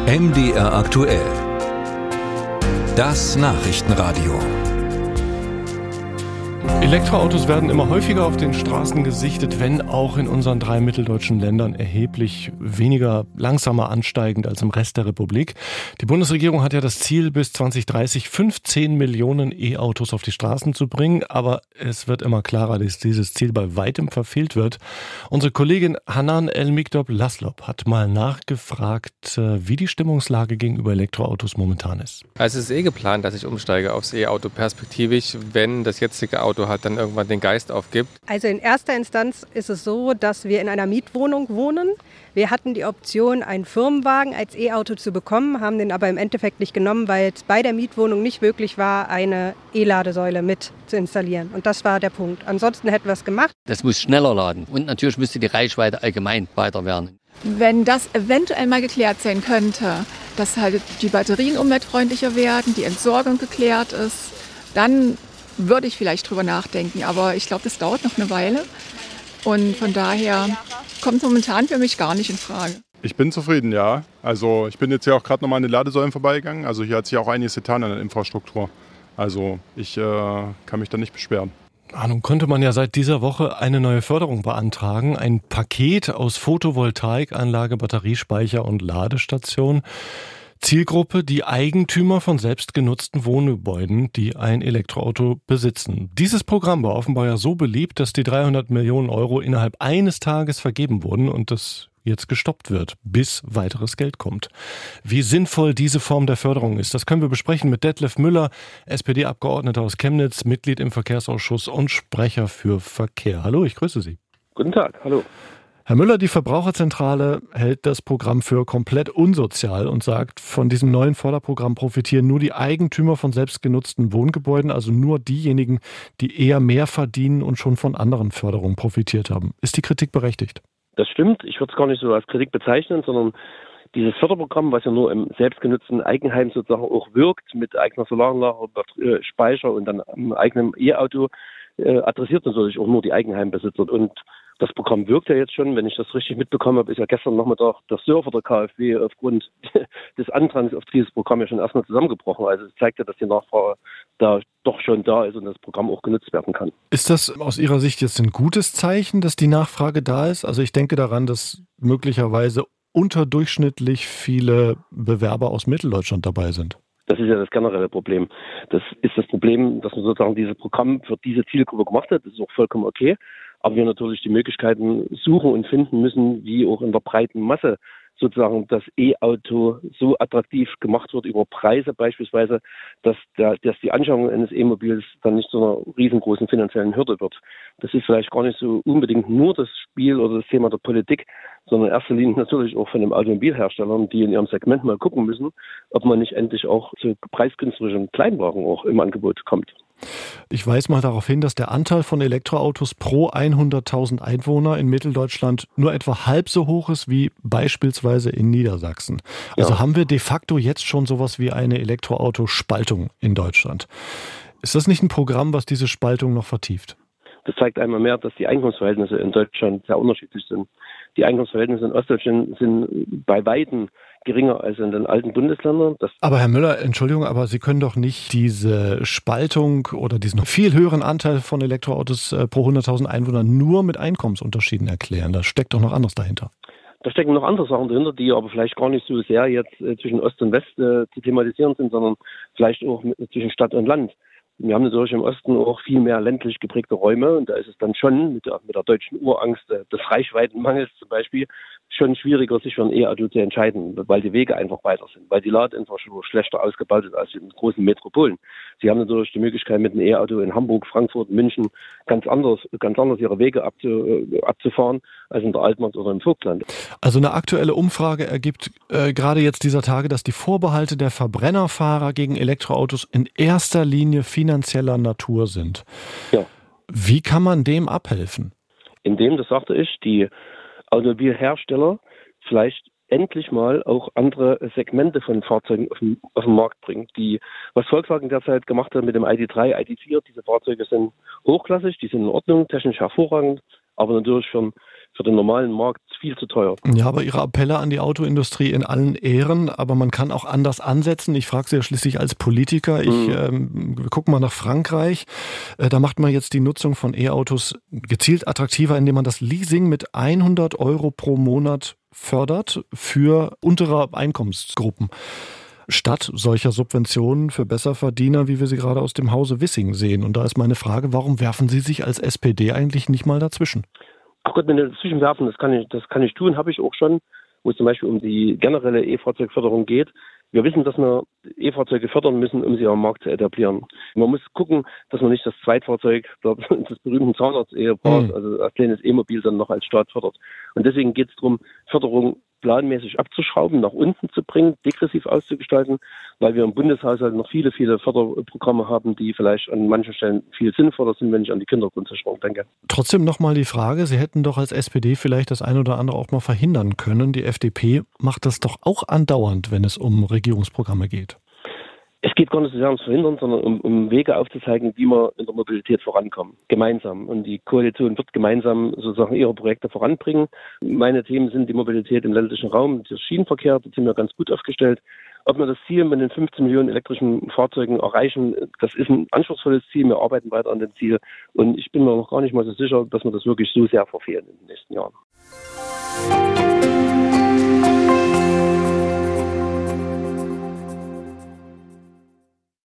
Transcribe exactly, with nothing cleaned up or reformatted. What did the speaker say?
M D R aktuell. Das Nachrichtenradio. Elektroautos werden immer häufiger auf den Straßen gesichtet, wenn auch in unseren drei mitteldeutschen Ländern erheblich weniger langsamer ansteigend als im Rest der Republik. Die Bundesregierung hat ja das Ziel, bis zwanzig dreißig fünfzehn Millionen E-Autos auf die Straßen zu bringen. Aber es wird immer klarer, dass dieses Ziel bei weitem verfehlt wird. Unsere Kollegin Hanan El-Mikdop-Laslop hat mal nachgefragt, wie die Stimmungslage gegenüber Elektroautos momentan ist. Also es ist eh geplant, dass ich umsteige aufs E-Auto perspektivisch, wenn das jetzige Auto hat dann irgendwann den Geist aufgibt. Also in erster Instanz ist es so, dass wir in einer Mietwohnung wohnen. Wir hatten die Option, einen Firmenwagen als E-Auto zu bekommen, haben den aber im Endeffekt nicht genommen, weil es bei der Mietwohnung nicht möglich war, eine E-Ladesäule mit zu installieren. Und das war der Punkt. Ansonsten hätten wir es gemacht. Das muss schneller laden und natürlich müsste die Reichweite allgemein weiter werden. Wenn das eventuell mal geklärt sein könnte, dass halt die Batterien umweltfreundlicher werden, die Entsorgung geklärt ist, dann würde ich vielleicht drüber nachdenken, aber ich glaube, das dauert noch eine Weile und von daher kommt momentan für mich gar nicht in Frage. Ich bin zufrieden, ja. Also ich bin jetzt ja auch gerade nochmal an den Ladesäulen vorbeigegangen, also hier hat sich auch einiges getan an der Infrastruktur. Also ich äh, kann mich da nicht beschweren. Ah, nun konnte man ja seit dieser Woche eine neue Förderung beantragen, ein Paket aus Photovoltaikanlage, Batteriespeicher und Ladestation. Zielgruppe die Eigentümer von selbstgenutzten Wohngebäuden, die ein Elektroauto besitzen. Dieses Programm war offenbar ja so beliebt, dass die dreihundert Millionen Euro innerhalb eines Tages vergeben wurden und das jetzt gestoppt wird, bis weiteres Geld kommt. Wie sinnvoll diese Form der Förderung ist, das können wir besprechen mit Detlef Müller, S P D-Abgeordneter aus Chemnitz, Mitglied im Verkehrsausschuss und Sprecher für Verkehr. Hallo, ich grüße Sie. Guten Tag, hallo. Herr Müller, die Verbraucherzentrale hält das Programm für komplett unsozial und sagt, von diesem neuen Förderprogramm profitieren nur die Eigentümer von selbstgenutzten Wohngebäuden, also nur diejenigen, die eher mehr verdienen und schon von anderen Förderungen profitiert haben. Ist die Kritik berechtigt? Das stimmt. Ich würde es gar nicht so als Kritik bezeichnen, sondern dieses Förderprogramm, was ja nur im selbstgenutzten Eigenheim sozusagen auch wirkt, mit eigener Solaranlage, Speicher und dann einem eigenen E-Auto, adressiert natürlich auch nur die Eigenheimbesitzer. Und das Programm wirkt ja jetzt schon, wenn ich das richtig mitbekommen habe, ist ja gestern Nachmittag der Server der KfW aufgrund des Antrags auf dieses Programm ja schon erstmal zusammengebrochen. Also es zeigt ja, dass die Nachfrage da doch schon da ist und das Programm auch genutzt werden kann. Ist das aus Ihrer Sicht jetzt ein gutes Zeichen, dass die Nachfrage da ist? Also ich denke daran, dass möglicherweise unterdurchschnittlich viele Bewerber aus Mitteldeutschland dabei sind. Das ist ja das generelle Problem. Das ist das Problem, dass man sozusagen dieses Programm für diese Zielgruppe gemacht hat. Das ist auch vollkommen okay. Aber wir natürlich die Möglichkeiten suchen und finden müssen, wie auch in der breiten Masse sozusagen das E-Auto so attraktiv gemacht wird über Preise beispielsweise, dass, der, dass die Anschaffung eines E-Mobils dann nicht zu einer riesengroßen finanziellen Hürde wird. Das ist vielleicht gar nicht so unbedingt nur das Spiel oder das Thema der Politik, sondern in erster Linie natürlich auch von den Automobilherstellern, die in ihrem Segment mal gucken müssen, ob man nicht endlich auch zu preisgünstigeren Kleinwagen auch im Angebot kommt. Ich weise mal darauf hin, dass der Anteil von Elektroautos pro hunderttausend Einwohner in Mitteldeutschland nur etwa halb so hoch ist wie beispielsweise in Niedersachsen. Also ja. Haben wir de facto jetzt schon sowas wie eine Elektroautospaltung in Deutschland. Ist das nicht ein Programm, was diese Spaltung noch vertieft? Das zeigt einmal mehr, dass die Einkommensverhältnisse in Deutschland sehr unterschiedlich sind. Die Einkommensverhältnisse in Ostdeutschland sind bei Weitem geringer als in den alten Bundesländern. Das aber Herr Müller, Entschuldigung, aber Sie können doch nicht diese Spaltung oder diesen viel höheren Anteil von Elektroautos pro hunderttausend Einwohner nur mit Einkommensunterschieden erklären. Da steckt doch noch anderes dahinter. Da stecken noch andere Sachen dahinter, die aber vielleicht gar nicht so sehr jetzt äh, zwischen Ost und West äh, zu thematisieren sind, sondern vielleicht auch mit, zwischen Stadt und Land. Wir haben natürlich im Osten auch viel mehr ländlich geprägte Räume und da ist es dann schon mit der, mit der deutschen Urangst äh, des Reichweitenmangels zum Beispiel schon schwieriger, sich für ein E-Auto zu entscheiden, weil die Wege einfach weiter sind, weil die Ladeinfrastruktur schlechter ausgebaut ist als in großen Metropolen. Sie haben natürlich die Möglichkeit, mit einem E-Auto in Hamburg, Frankfurt, München ganz anders, ganz anders ihre Wege abzu, äh, abzufahren als in der Altmark oder im Vogtland. Also eine aktuelle Umfrage ergibt äh, gerade jetzt dieser Tage, dass die Vorbehalte der Verbrennerfahrer gegen Elektroautos in erster Linie finanzieller Natur sind. Ja. Wie kann man dem abhelfen? Indem, das sagte ich, die Automobilhersteller vielleicht endlich mal auch andere Segmente von Fahrzeugen auf den, auf den Markt bringen. Die, was Volkswagen derzeit gemacht hat mit dem I D drei, I D vier, diese Fahrzeuge sind hochklassig, die sind in Ordnung, technisch hervorragend, aber natürlich für, für den normalen Markt viel zu teuer. Ja, aber Ihre Appelle an die Autoindustrie in allen Ehren, aber man kann auch anders ansetzen. Ich frage Sie ja schließlich als Politiker. Ich Mhm. ähm, wir gucken mal nach Frankreich. Äh, da macht man jetzt die Nutzung von E-Autos gezielt attraktiver, indem man das Leasing mit hundert Euro pro Monat fördert für untere Einkommensgruppen. Statt solcher Subventionen für Besserverdiener, wie wir sie gerade aus dem Hause Wissing sehen. Und da ist meine Frage, warum werfen Sie sich als S P D eigentlich nicht mal dazwischen? Ach Gott, wenn wir dazwischen werfen, das kann ich, das kann ich tun, habe ich auch schon, wo es zum Beispiel um die generelle E-Fahrzeugförderung geht. Wir wissen, dass wir E-Fahrzeuge fördern müssen, um sie am Markt zu etablieren. Man muss gucken, dass man nicht das Zweitfahrzeug des berühmten Zahnarztehepaars, Mhm. also als kleines E-Mobil, dann noch als Staat fördert. Und deswegen geht es darum, Förderung planmäßig abzuschrauben, nach unten zu bringen, degressiv auszugestalten, weil wir im Bundeshaushalt noch viele, viele Förderprogramme haben, die vielleicht an manchen Stellen viel sinnvoller sind, wenn ich an die Kindergrundsicherung denke. Trotzdem nochmal die Frage, Sie hätten doch als S P D vielleicht das ein oder andere auch mal verhindern können. Die F D P macht das doch auch andauernd, wenn es um Regierungsprogramme geht. Es geht gar nicht so sehr ums Verhindern, sondern um, um Wege aufzuzeigen, wie wir in der Mobilität vorankommen. Gemeinsam. Und die Koalition wird gemeinsam sozusagen ihre Projekte voranbringen. Meine Themen sind die Mobilität im ländlichen Raum, der Schienenverkehr, da sind wir ganz gut aufgestellt. Ob wir das Ziel mit den fünfzehn Millionen elektrischen Fahrzeugen erreichen, das ist ein anspruchsvolles Ziel. Wir arbeiten weiter an dem Ziel. Und ich bin mir noch gar nicht mal so sicher, dass wir das wirklich so sehr verfehlen in den nächsten Jahren.